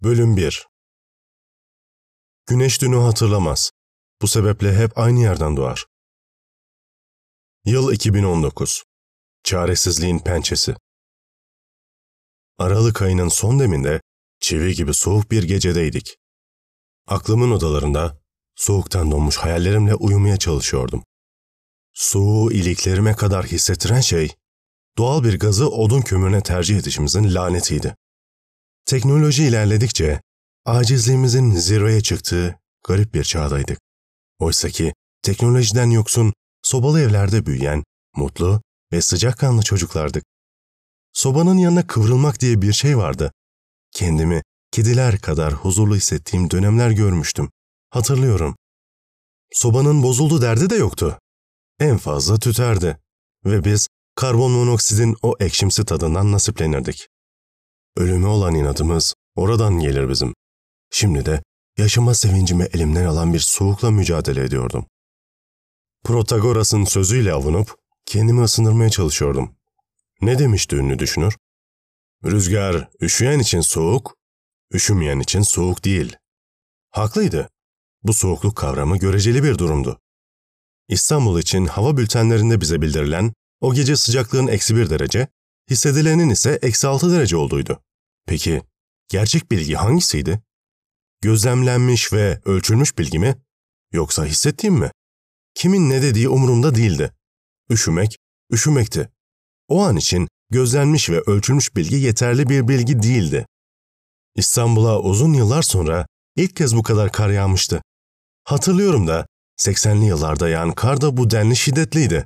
Bölüm 1. Güneş dünü hatırlamaz. Bu sebeple hep aynı yerden doğar. Yıl 2019. Çaresizliğin pençesi. Aralık ayının son deminde çivi gibi soğuk bir gecedeydik. Aklımın odalarında soğuktan donmuş hayallerimle uyumaya çalışıyordum. Soğuğu iliklerime kadar hissettiren şey, doğal bir gazı odun kömürüne tercih edişimizin lanetiydi. Teknoloji ilerledikçe acizliğimizin zirveye çıktığı garip bir çağdaydık. Oysaki teknolojiden yoksun, sobalı evlerde büyüyen, mutlu ve sıcakkanlı çocuklardık. Sobanın yanına kıvrılmak diye bir şey vardı. Kendimi kediler kadar huzurlu hissettiğim dönemler görmüştüm. Hatırlıyorum. Sobanın bozuldu derdi de yoktu. En fazla tüterdi ve biz karbon monoksidin o ekşimsi tadından nasiplenirdik. Ölüme olan inadımız oradan gelir bizim. Şimdi de yaşama sevincimi elimden alan bir soğukla mücadele ediyordum. Protagoras'ın sözüyle avunup kendimi ısındırmaya çalışıyordum. Ne demişti ünlü düşünür? Rüzgar üşüyen için soğuk, üşümeyen için soğuk değil. Haklıydı. Bu soğukluk kavramı göreceli bir durumdu. İstanbul için hava bültenlerinde bize bildirilen o gece sıcaklığın -1 derece, hissedilenin ise -6 derece olduğuydu. Peki gerçek bilgi hangisiydi? Gözlemlenmiş ve ölçülmüş bilgi mi? Yoksa hissettiğim mi? Kimin ne dediği umurumda değildi. Üşümek, üşümekti. O an için gözlenmiş ve ölçülmüş bilgi yeterli bir bilgi değildi. İstanbul'a uzun yıllar sonra ilk kez bu kadar kar yağmıştı. Hatırlıyorum da 80'li yıllarda yağan kar da bu denli şiddetliydi.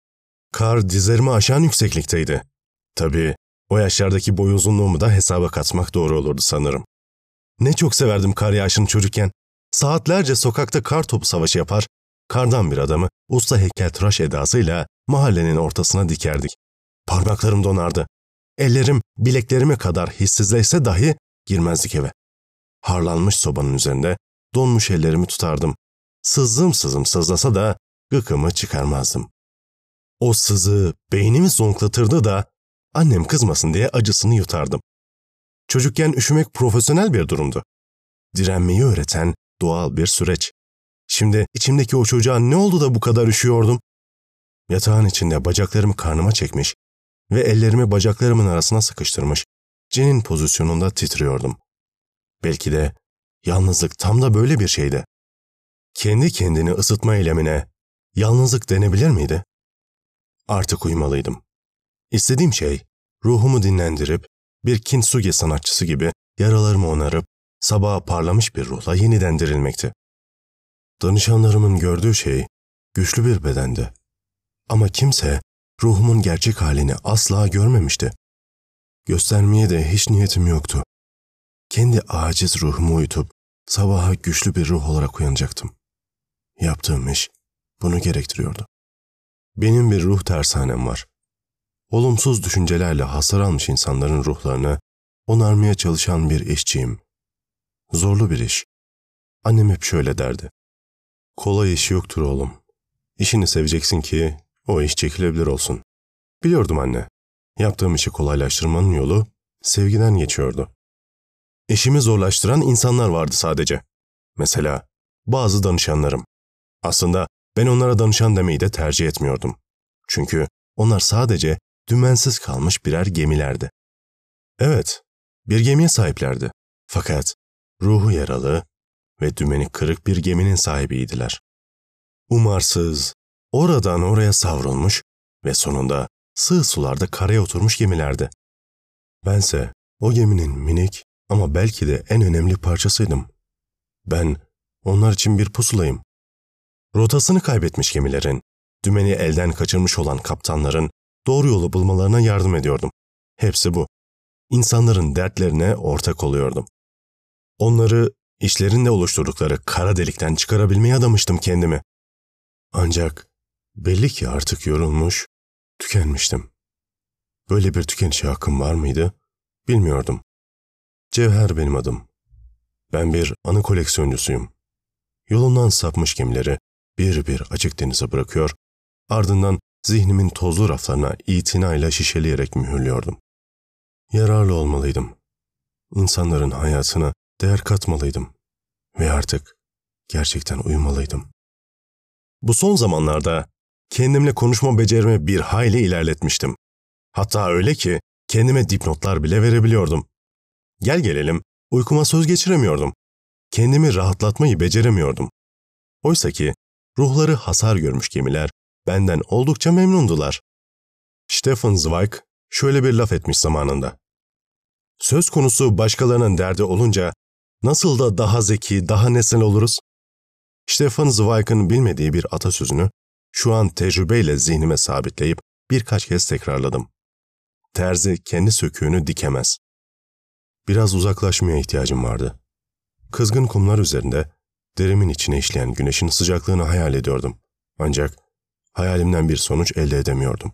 Kar dizlerimi aşan yükseklikteydi. Tabii o yaşlardaki boy uzunluğumu da hesaba katmak doğru olurdu sanırım. Ne çok severdim kar yağışını çocukken. Saatlerce sokakta kar topu savaşı yapar, kardan bir adamı usta heykeltıraş edasıyla mahallenin ortasına dikerdik. Parmaklarım donardı. Ellerim bileklerime kadar hissizleşse dahi girmezdik eve. Harlanmış sobanın üzerinde donmuş ellerimi tutardım. Sızım sızım sızlasa da gıkımı çıkarmazdım. O sızı beynimi zonklatırdı da annem kızmasın diye acısını yutardım. Çocukken üşümek profesyonel bir durumdu. Direnmeyi öğreten doğal bir süreç. Şimdi içimdeki o çocuğa ne oldu da bu kadar üşüyordum? Yatağın içinde bacaklarımı karnıma çekmiş ve ellerimi bacaklarımın arasına sıkıştırmış, cenin pozisyonunda titriyordum. Belki de yalnızlık tam da böyle bir şeydi. Kendi kendini ısıtma eylemine yalnızlık denebilir miydi? Artık uyumalıydım. İstediğim şey ruhumu dinlendirip bir kintsugi sanatçısı gibi yaralarımı onarıp sabaha parlamış bir ruhla yeniden dirilmekti. Danışanlarımın gördüğü şey güçlü bir bedendi. Ama kimse ruhumun gerçek halini asla görmemişti. Göstermeye de hiç niyetim yoktu. Kendi aciz ruhumu uyutup sabaha güçlü bir ruh olarak uyanacaktım. Yaptığım iş bunu gerektiriyordu. Benim bir ruh tersanem var. Olumsuz düşüncelerle hasar almış insanların ruhlarını onarmaya çalışan bir işçiyim. Zorlu bir iş. Annem hep şöyle derdi. Kolay iş yoktur oğlum. İşini seveceksin ki o iş çekilebilir olsun. Biliyordum anne. Yaptığım işi kolaylaştırmanın yolu sevgiden geçiyordu. İşimi zorlaştıran insanlar vardı sadece. Mesela bazı danışanlarım. Aslında ben onlara danışan demeyi de tercih etmiyordum. Çünkü onlar sadece dümensiz kalmış birer gemilerdi. Evet, bir gemiye sahiplerdi. Fakat ruhu yaralı ve dümeni kırık bir geminin sahibiydiler. Umarsız, oradan oraya savrulmuş ve sonunda sığ sularda karaya oturmuş gemilerdi. Bense o geminin minik ama belki de en önemli parçasıydım. Ben onlar için bir pusulayım. Rotasını kaybetmiş gemilerin, dümeni elden kaçırmış olan kaptanların doğru yolu bulmalarına yardım ediyordum. Hepsi bu. İnsanların dertlerine ortak oluyordum. Onları işlerinde oluşturdukları kara delikten çıkarabilmeye adamıştım kendimi. Ancak belli ki artık yorulmuş, tükenmiştim. Böyle bir tükenişe hakkım var mıydı? Bilmiyordum. Cevher benim adım. Ben bir anı koleksiyoncusuyum. Yolundan sapmış gemileri bir bir açık denize bırakıyor, ardından zihnimin tozlu raflarına itinayla şişeleyerek mühürlüyordum. Yararlı olmalıydım. İnsanların hayatını değer katmalıydım ve artık gerçekten uyumalıydım. Bu son zamanlarda kendimle konuşma becerimi bir hayli ilerletmiştim. Hatta öyle ki kendime dipnotlar bile verebiliyordum. Gel gelelim uykuma söz geçiremiyordum. Kendimi rahatlatmayı beceremiyordum. Oysaki ruhları hasar görmüş gemiler benden oldukça memnundular. Stefan Zweig şöyle bir laf etmiş zamanında. Söz konusu başkalarının derdi olunca nasıl da daha zeki, daha nesnel oluruz? Stefan Zweig'ın bilmediği bir atasözünü şu an tecrübeyle zihnime sabitleyip birkaç kez tekrarladım. Terzi kendi söküğünü dikemez. Biraz uzaklaşmaya ihtiyacım vardı. Kızgın kumlar üzerinde derimin içine işleyen güneşin sıcaklığını hayal ediyordum. Ancak hayalimden bir sonuç elde edemiyordum.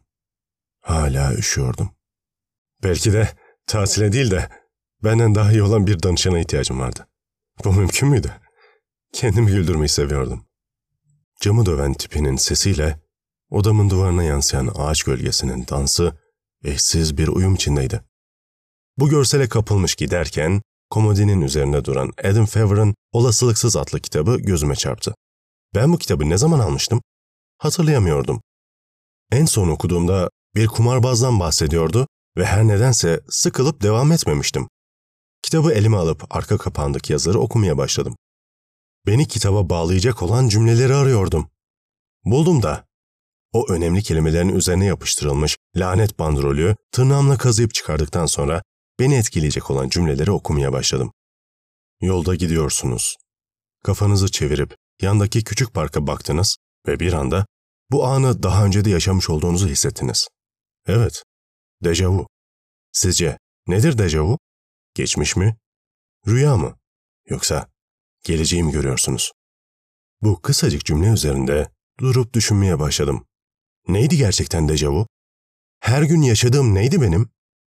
Hala üşüyordum. Belki de tatile değil de benden daha iyi olan bir danışana ihtiyacım vardı. Bu mümkün müydü? Kendimi güldürmeyi seviyordum. Camı döven tipinin sesiyle odamın duvarına yansıyan ağaç gölgesinin dansı eşsiz bir uyum içindeydi. Bu görsele kapılmış giderken komodinin üzerinde duran Adam Favor'ın Olasılıksız adlı kitabı gözüme çarptı. Ben bu kitabı ne zaman almıştım? Hatırlayamıyordum. En son okuduğumda bir kumarbazdan bahsediyordu ve her nedense sıkılıp devam etmemiştim. Kitabı elime alıp arka kapağındaki yazıları okumaya başladım. Beni kitaba bağlayacak olan cümleleri arıyordum. Buldum da. O önemli kelimelerin üzerine yapıştırılmış lanet bandrolü tırnağımla kazıyıp çıkardıktan sonra beni etkileyecek olan cümleleri okumaya başladım. Yolda gidiyorsunuz. Kafanızı çevirip yandaki küçük parka baktınız ve bir anda bu anı daha önce de yaşamış olduğunuzu hissettiniz. Evet, dejavu. Sizce nedir dejavu? Geçmiş mi? Rüya mı? Yoksa geleceği mi görüyorsunuz? Bu kısacık cümle üzerinde durup düşünmeye başladım. Neydi gerçekten dejavu? Her gün yaşadığım neydi benim?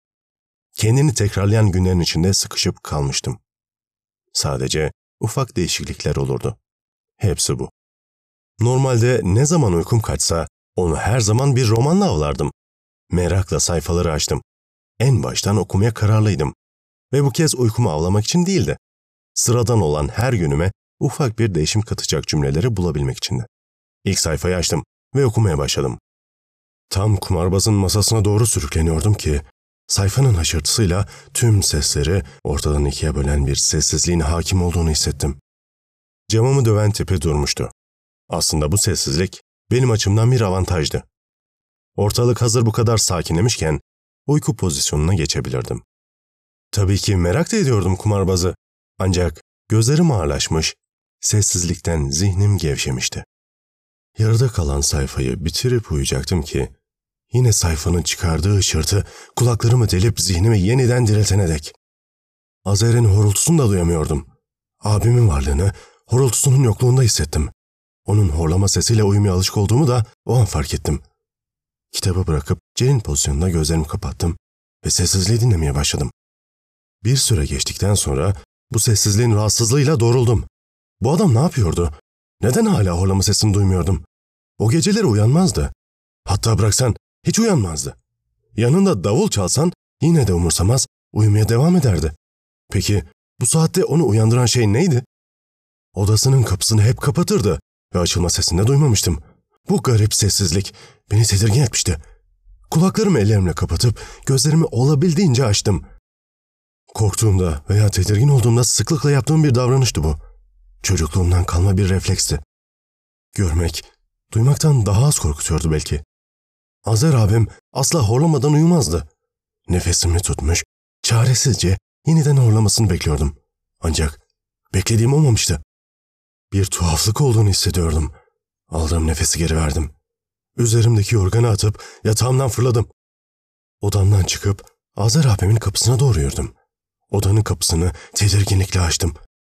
Kendini tekrarlayan günlerin içinde sıkışıp kalmıştım. Sadece ufak değişiklikler olurdu. Hepsi bu. Normalde ne zaman uykum kaçsa onu her zaman bir romanla avlardım. Merakla sayfaları açtım. En baştan okumaya kararlıydım. Ve bu kez uykumu avlamak için değildi. Sıradan olan her günüme ufak bir değişim katacak cümleleri bulabilmek içindi. İlk sayfayı açtım ve okumaya başladım. Tam kumarbazın masasına doğru sürükleniyordum ki sayfanın haşırtısıyla tüm sesleri ortadan ikiye bölen bir sessizliğin hakim olduğunu hissettim. Camımı döven tipi durmuştu. Aslında bu sessizlik benim açımdan bir avantajdı. Ortalık hazır bu kadar sakinlemişken uyku pozisyonuna geçebilirdim. Tabii ki merak da ediyordum kumarbazı. Ancak gözlerim ağırlaşmış, sessizlikten zihnim gevşemişti. Yarıda kalan sayfayı bitirip uyuyacaktım ki yine sayfanın çıkardığı hışırtı kulaklarımı delip zihnimi yeniden diriltene dek. Azer'in horultusunu da duyamıyordum. Abimin varlığını horultusunun yokluğunda hissettim. Onun horlama sesiyle uyumaya alışık olduğumu da o an fark ettim. Kitabı bırakıp cenin pozisyonunda gözlerimi kapattım ve sessizliği dinlemeye başladım. Bir süre geçtikten sonra bu sessizliğin rahatsızlığıyla doğruldum. Bu adam ne yapıyordu? Neden hala horlama sesini duymuyordum? O geceleri uyanmazdı. Hatta bıraksan hiç uyanmazdı. Yanında davul çalsan yine de umursamaz, uyumaya devam ederdi. Peki bu saatte onu uyandıran şey neydi? Odasının kapısını hep kapatırdı ve açılma sesini de duymamıştım. Bu garip sessizlik beni tedirgin etmişti. Kulaklarımı ellerimle kapatıp gözlerimi olabildiğince açtım. Korktuğumda veya tedirgin olduğumda sıklıkla yaptığım bir davranıştı bu. Çocukluğumdan kalma bir refleksti. Görmek, duymaktan daha az korkutuyordu belki. Azer abim asla horlamadan uyumazdı. Nefesimi tutmuş, çaresizce yeniden horlamasını bekliyordum. Ancak beklediğim olmamıştı. Bir tuhaflık olduğunu hissediyordum. Aldığım nefesi geri verdim. Üzerimdeki yorganı atıp yatağımdan fırladım. Odamdan çıkıp Azer abimin kapısına doğru yürüdüm. Odanın kapısını tedirginlikle açtım.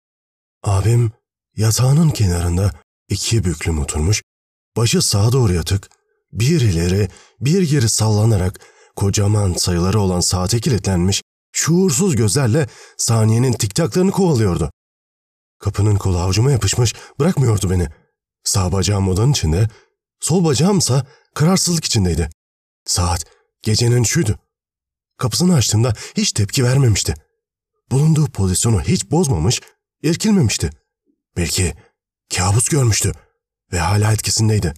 Abim yatağının kenarında ikiye büklüm oturmuş, başı sağa doğru yatık, bir ileri bir geri sallanarak kocaman sayıları olan saate kilitlenmiş, şuursuz gözlerle saniyenin tiktaklarını kovalıyordu. Kapının kolu avucuma yapışmış, bırakmıyordu beni. Sağ bacağım odanın içinde, sol bacağımsa kararsızlık içindeydi. Saat gecenin 3'üydü. Kapısını açtığımda hiç tepki vermemişti. bulunduğu pozisyonu hiç bozmamış, irkilmemişti. Belki kabus görmüştü ve hala etkisindeydi.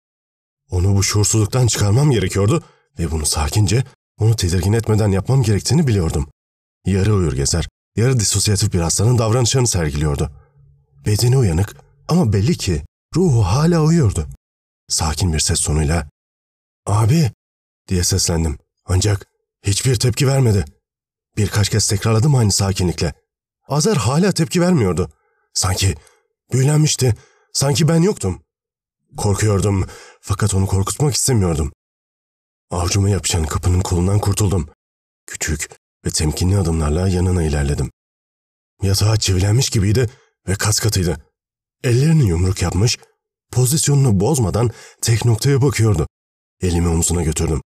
Onu bu şuursuzluktan çıkarmam gerekiyordu ve bunu sakince, onu tedirgin etmeden yapmam gerektiğini biliyordum. Yarı uyur gezer, yarı disosyatif bir hastanın davranışlarını sergiliyordu. Bedeni uyanık ama belli ki ruhu hala uyuyordu. Sakin bir ses tonuyla "Abi!" diye seslendim. Ancak hiçbir tepki vermedi. Birkaç kez tekrarladım aynı sakinlikle. Azer hala tepki vermiyordu. Sanki büyülenmişti, sanki ben yoktum. Korkuyordum fakat onu korkutmak istemiyordum. Avcuma yapışan kapının kolundan kurtuldum. Küçük ve temkinli adımlarla yanına ilerledim. Yatağa çivilenmiş gibiydi ve kas katıydı. Ellerini yumruk yapmış, pozisyonunu bozmadan tek noktaya bakıyordu. Elimi omzuna götürdüm.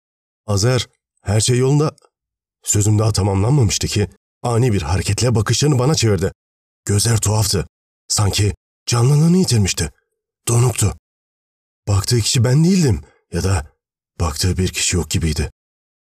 Azer, her şey yolunda. Sözüm daha tamamlanmamıştı ki ani bir hareketle bakışlarını bana çevirdi. Gözler tuhaftı. Sanki canlılığını yitirmişti. Donuktu. Baktığı kişi ben değildim ya da baktığı bir kişi yok gibiydi.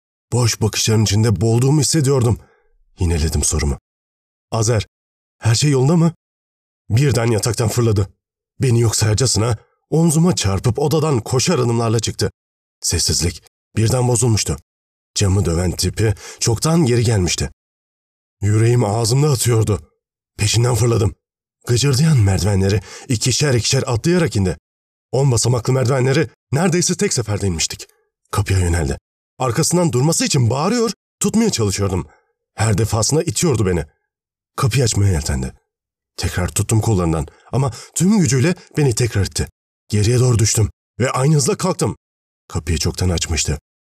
Boş bakışların içinde boğulduğumu hissediyordum. Yineledim sorumu. Azer, her şey yolunda mı? Birden yataktan fırladı. Beni yok sayarcasına omzuma çarpıp odadan koşar adımlarla çıktı. Sessizlik birden bozulmuştu. Camı döven tipi çoktan geri gelmişti. Yüreğim ağzımda atıyordu. Peşinden fırladım. Gıcırdayan merdivenleri ikişer ikişer atlayarak indi. 10 basamaklı merdivenleri neredeyse tek seferde inmiştik. Kapıya yöneldi. Arkasından durması için bağırıyor, tutmaya çalışıyordum. Her defasında itiyordu beni. Kapıyı açmaya yeltendi. Tekrar tuttum kollarından ama tüm gücüyle beni tekrar itti. Geriye doğru düştüm ve aynı hızla kalktım. Kapıyı çoktan açmıştı.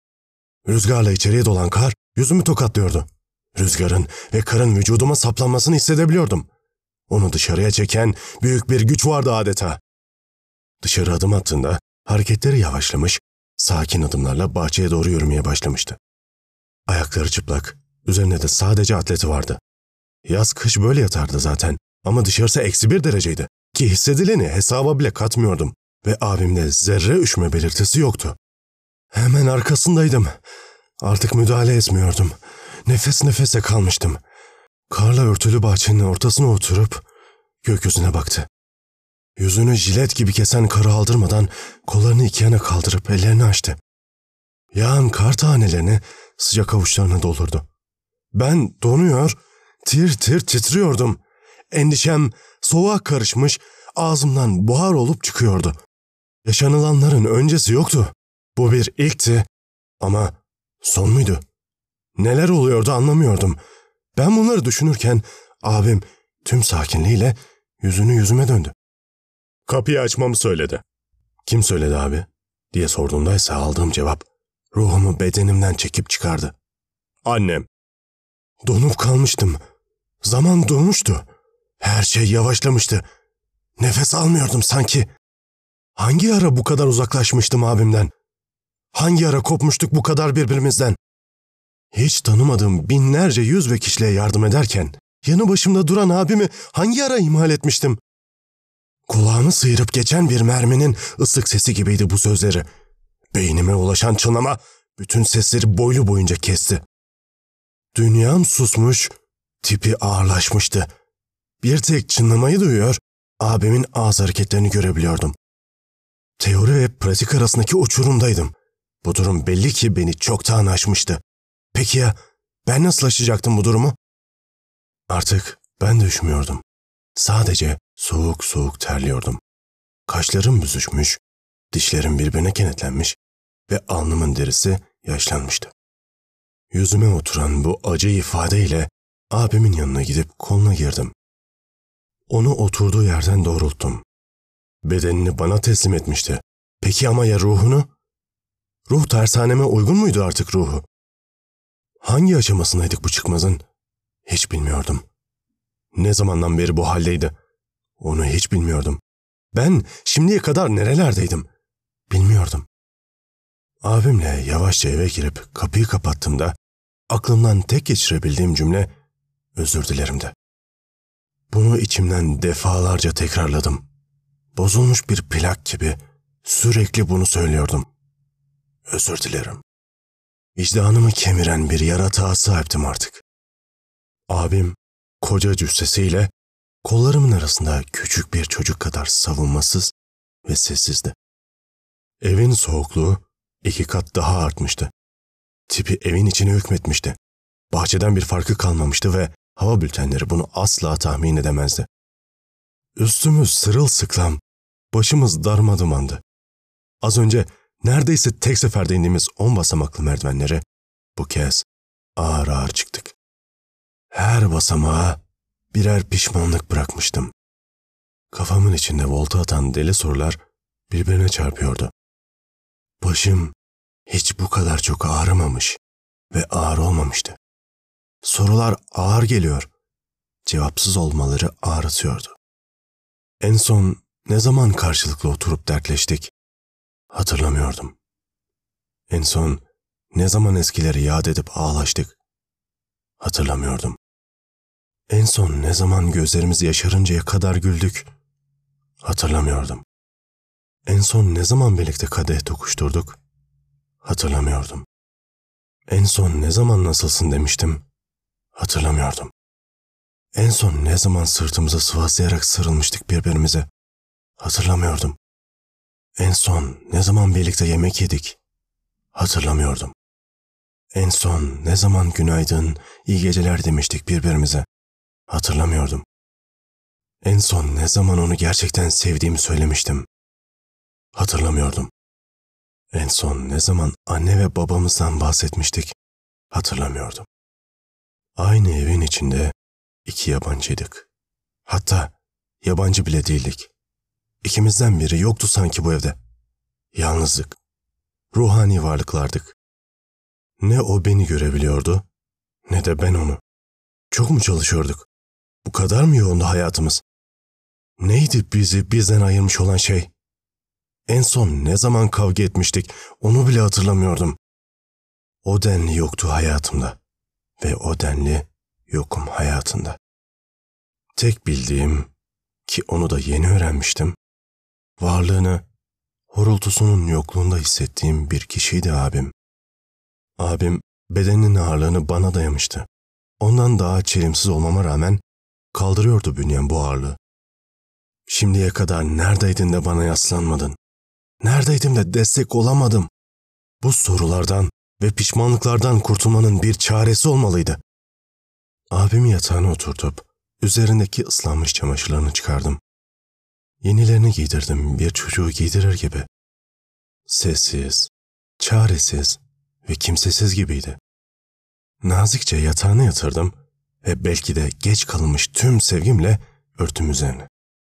Rüzgarla içeriye dolan kar yüzümü tokatlıyordu. Rüzgarın ve karın vücuduma saplanmasını hissedebiliyordum. Onu dışarıya çeken büyük bir güç vardı adeta. Dışarı adım attığında hareketleri yavaşlamış, sakin adımlarla bahçeye doğru yürümeye başlamıştı. Ayakları çıplak, üzerine de sadece atleti vardı. Yaz kış böyle yatardı zaten ama dışarısı -1 dereceydi ki hissedileni hesaba bile katmıyordum ve abimde zerre üşüme belirtisi yoktu. Hemen arkasındaydım. Artık müdahale etmiyordum. Nefes nefese kalmıştım. Karla örtülü bahçenin ortasına oturup gökyüzüne baktı. Yüzünü jilet gibi kesen karı aldırmadan kollarını iki yana kaldırıp ellerini açtı. Yağan kar tanelerini sıcak avuçlarına doldurdu. Ben donuyor, tir tir titriyordum. Endişem soğuğa karışmış, ağzımdan buhar olup çıkıyordu. Yaşanılanların öncesi yoktu. Bu bir ilkti ama son muydu? Neler oluyordu anlamıyordum. Ben bunları düşünürken abim tüm sakinliğiyle yüzünü yüzüme döndü. Kapıyı açmamı söyledi. Kim söyledi abi? Diye sorduğumda ise aldığım cevap ruhumu bedenimden çekip çıkardı. Annem. Donup kalmıştım. Zaman durmuştu. Her şey yavaşlamıştı. Nefes almıyordum sanki. Hangi ara bu kadar uzaklaşmıştım abimden? Hangi ara kopmuştuk bu kadar birbirimizden? Hiç tanımadığım binlerce yüz ve kişiliğe yardım ederken yanı başımda duran abimi hangi ara ihmal etmiştim? Kulağımı sıyırıp geçen bir merminin ıslık sesi gibiydi bu sözleri. Beynime ulaşan çınlama bütün sesleri boylu boyunca kesti. Dünyam susmuş, tipi ağırlaşmıştı. Bir tek çınlamayı duyuyor, abimin ağız hareketlerini görebiliyordum. Teori ve pratik arasındaki uçurumdaydım. Bu durum belli ki beni çoktan aşmıştı. Peki ya ben nasıl aşacaktım bu durumu? Artık ben de üşümüyordum. Sadece soğuk soğuk terliyordum. Kaşlarım büzüşmüş, dişlerim birbirine kenetlenmiş ve alnımın derisi yaşlanmıştı. Yüzüme oturan bu acı ifadeyle abimin yanına gidip koluna girdim. Onu oturduğu yerden doğrulttum. Bedenini bana teslim etmişti. Peki ama ya ruhunu? Ruh tersaneme uygun muydu artık ruhu? Hangi aşamasındaydık bu çıkmazın? Hiç bilmiyordum. Ne zamandan beri bu haldeydi? Onu hiç bilmiyordum. Ben şimdiye kadar nerelerdeydim? Bilmiyordum. Abimle yavaşça eve girip kapıyı kapattığımda aklımdan tek geçirebildiğim cümle özür dilerimdi. Bunu içimden defalarca tekrarladım. Bozulmuş bir plak gibi sürekli bunu söylüyordum. Özür dilerim. Vicdanımı kemiren bir yaratığa sahiptim artık. Abim koca cüssesiyle kollarımın arasında küçük bir çocuk kadar savunmasız ve sessizdi. Evin soğukluğu 2 kat daha artmıştı. Tipi evin içine hükmetmişti. Bahçeden bir farkı kalmamıştı ve hava bültenleri bunu asla tahmin edemezdi. Üstümüz sırılsıklam, başımız darmadumandı. Az önce neredeyse tek seferde indiğimiz 10 basamaklı merdivenleri bu kez ağır ağır çıktık. Her basamağa birer pişmanlık bırakmıştım. Kafamın içinde volta atan deli sorular birbirine çarpıyordu. Başım hiç bu kadar çok ağrımamış ve ağır olmamıştı. Sorular ağır geliyor, cevapsız olmaları ağrıtıyordu. En son ne zaman karşılıklı oturup dertleştik? Hatırlamıyordum. En son ne zaman eskileri yad edip ağlaştık? Hatırlamıyordum. En son ne zaman gözlerimiz yaşarıncaya kadar güldük? Hatırlamıyordum. En son ne zaman birlikte kadeh tokuşturduk? Hatırlamıyordum. En son ne zaman nasılsın demiştim? Hatırlamıyordum. En son ne zaman sırtımıza sıvazlayarak sarılmıştık birbirimize? Hatırlamıyordum. En son ne zaman birlikte yemek yedik? Hatırlamıyordum. En son ne zaman günaydın, iyi geceler demiştik birbirimize? Hatırlamıyordum. En son ne zaman onu gerçekten sevdiğimi söylemiştim? Hatırlamıyordum. En son ne zaman anne ve babamızdan bahsetmiştik? Hatırlamıyordum. Aynı evin içinde 2 yabancıydık. Hatta yabancı bile değildik. İkimizden biri yoktu sanki bu evde. Yalnızlık. Ruhani varlıklardık. Ne o beni görebiliyordu, ne de ben onu. Çok mu çalışıyorduk? Bu kadar mı yoğundu hayatımız? Neydi bizi bizden ayırmış olan şey? En son ne zaman kavga etmiştik, onu bile hatırlamıyordum. O denli yoktu hayatımda ve o denli yokum hayatında. Tek bildiğim, ki onu da yeni öğrenmiştim, varlığını, horultusunun yokluğunda hissettiğim bir kişiydi abim. Abim bedeninin ağırlığını bana dayamıştı. Ondan daha çelimsiz olmama rağmen kaldırıyordu bünyem bu ağırlığı. Şimdiye kadar neredeydin de bana yaslanmadın? Neredeydim de destek olamadım? Bu sorulardan ve pişmanlıklardan kurtulmanın bir çaresi olmalıydı. Abimi yatağına oturtup üzerindeki ıslanmış çamaşırlarını çıkardım. Yenilerini giydirdim bir çocuğu giydirir gibi. Sessiz, çaresiz ve kimsesiz gibiydi. Nazikçe yatağına yatırdım ve belki de geç kalınmış tüm sevgimle örtüm üzerine.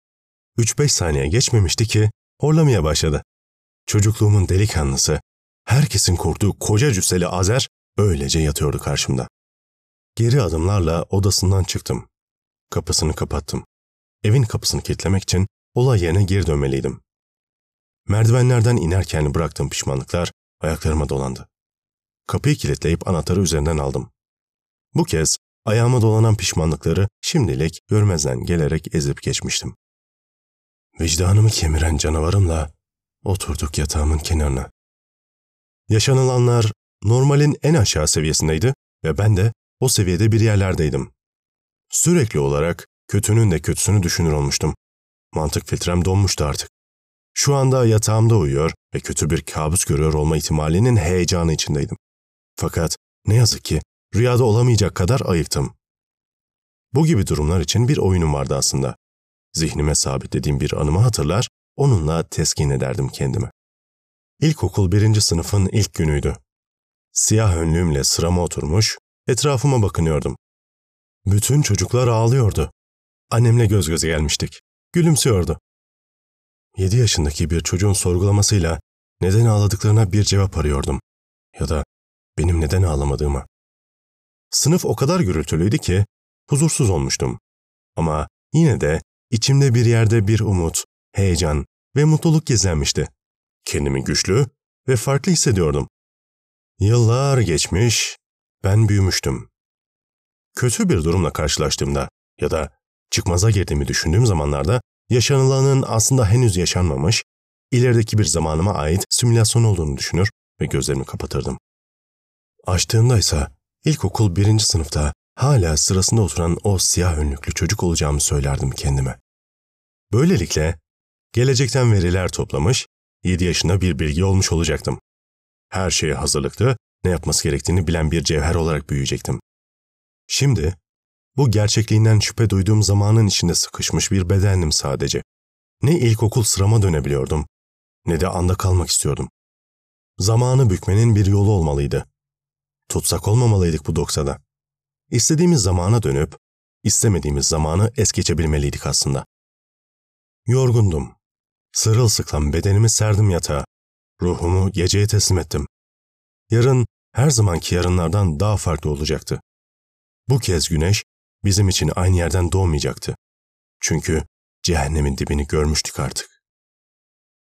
3-5 saniye geçmemişti ki horlamaya başladı. Çocukluğumun delikanlısı, herkesin korktuğu koca cüsseli Azer öylece yatıyordu karşımda. Geri adımlarla odasından çıktım. Kapısını kapattım. Evin kapısını kilitlemek için olay yerine geri dönmeliydim. Merdivenlerden inerken bıraktığım pişmanlıklar ayaklarıma dolandı. Kapıyı kilitleyip anahtarı üzerinden aldım. Bu kez ayağıma dolanan pişmanlıkları şimdilik görmezden gelerek ezip geçmiştim. Vicdanımı kemiren canavarımla oturduk yatağımın kenarına. Yaşanılanlar normalin en aşağı seviyesindeydi ve ben de o seviyede bir yerlerdeydim. Sürekli olarak kötünün de kötüsünü düşünür olmuştum. Mantık filtrem donmuştu artık. Şu anda yatağımda uyuyor ve kötü bir kabus görüyor olma ihtimalinin heyecanı içindeydim. Fakat ne yazık ki rüyada olamayacak kadar ayıktım. Bu gibi durumlar için bir oyunum vardı aslında. Zihnime sabitlediğim bir anımı hatırlar, onunla teskin ederdim kendimi. İlkokul 1. sınıfın ilk günüydü. Siyah önlüğümle sırama oturmuş, etrafıma bakınıyordum. Bütün çocuklar ağlıyordu. Annemle göz göze gelmiştik. Gülümsüyordu. 7 yaşındaki bir çocuğun sorgulamasıyla neden ağladıklarına bir cevap arıyordum. Ya da benim neden ağlamadığıma. Sınıf o kadar gürültülüydü ki huzursuz olmuştum. Ama yine de içimde bir yerde bir umut, heyecan ve mutluluk gizlenmişti. Kendimi güçlü ve farklı hissediyordum. Yıllar geçmiş, ben büyümüştüm. Kötü bir durumla karşılaştığımda ya da çıkmaza girdiğimi düşündüğüm zamanlarda yaşanılanın aslında henüz yaşanmamış, ilerideki bir zamanıma ait simülasyon olduğunu düşünür ve gözlerimi kapatırdım. Açtığımda ise ilkokul 1. sınıfta hala sırasında oturan o siyah önlüklü çocuk olacağımı söylerdim kendime. Böylelikle gelecekten veriler toplamış, 7 yaşında bir bilgi olmuş olacaktım. Her şeye hazırlıklı, ne yapması gerektiğini bilen bir cevher olarak büyüyecektim. Şimdi bu gerçekliğinden şüphe duyduğum zamanın içinde sıkışmış bir bedendim sadece. Ne ilkokul sırama dönebiliyordum, ne de anda kalmak istiyordum. Zamanı bükmenin bir yolu olmalıydı. Tutsak olmamalıydık bu doksada. İstediğimiz zamana dönüp, istemediğimiz zamanı es geçebilmeliydik aslında. Yorgundum. Sırılsıklam bedenimi serdim yatağa. Ruhumu geceye teslim ettim. Yarın her zamanki yarınlardan daha farklı olacaktı. Bu kez güneş bizim için aynı yerden doğmayacaktı. Çünkü cehennemin dibini görmüştük artık.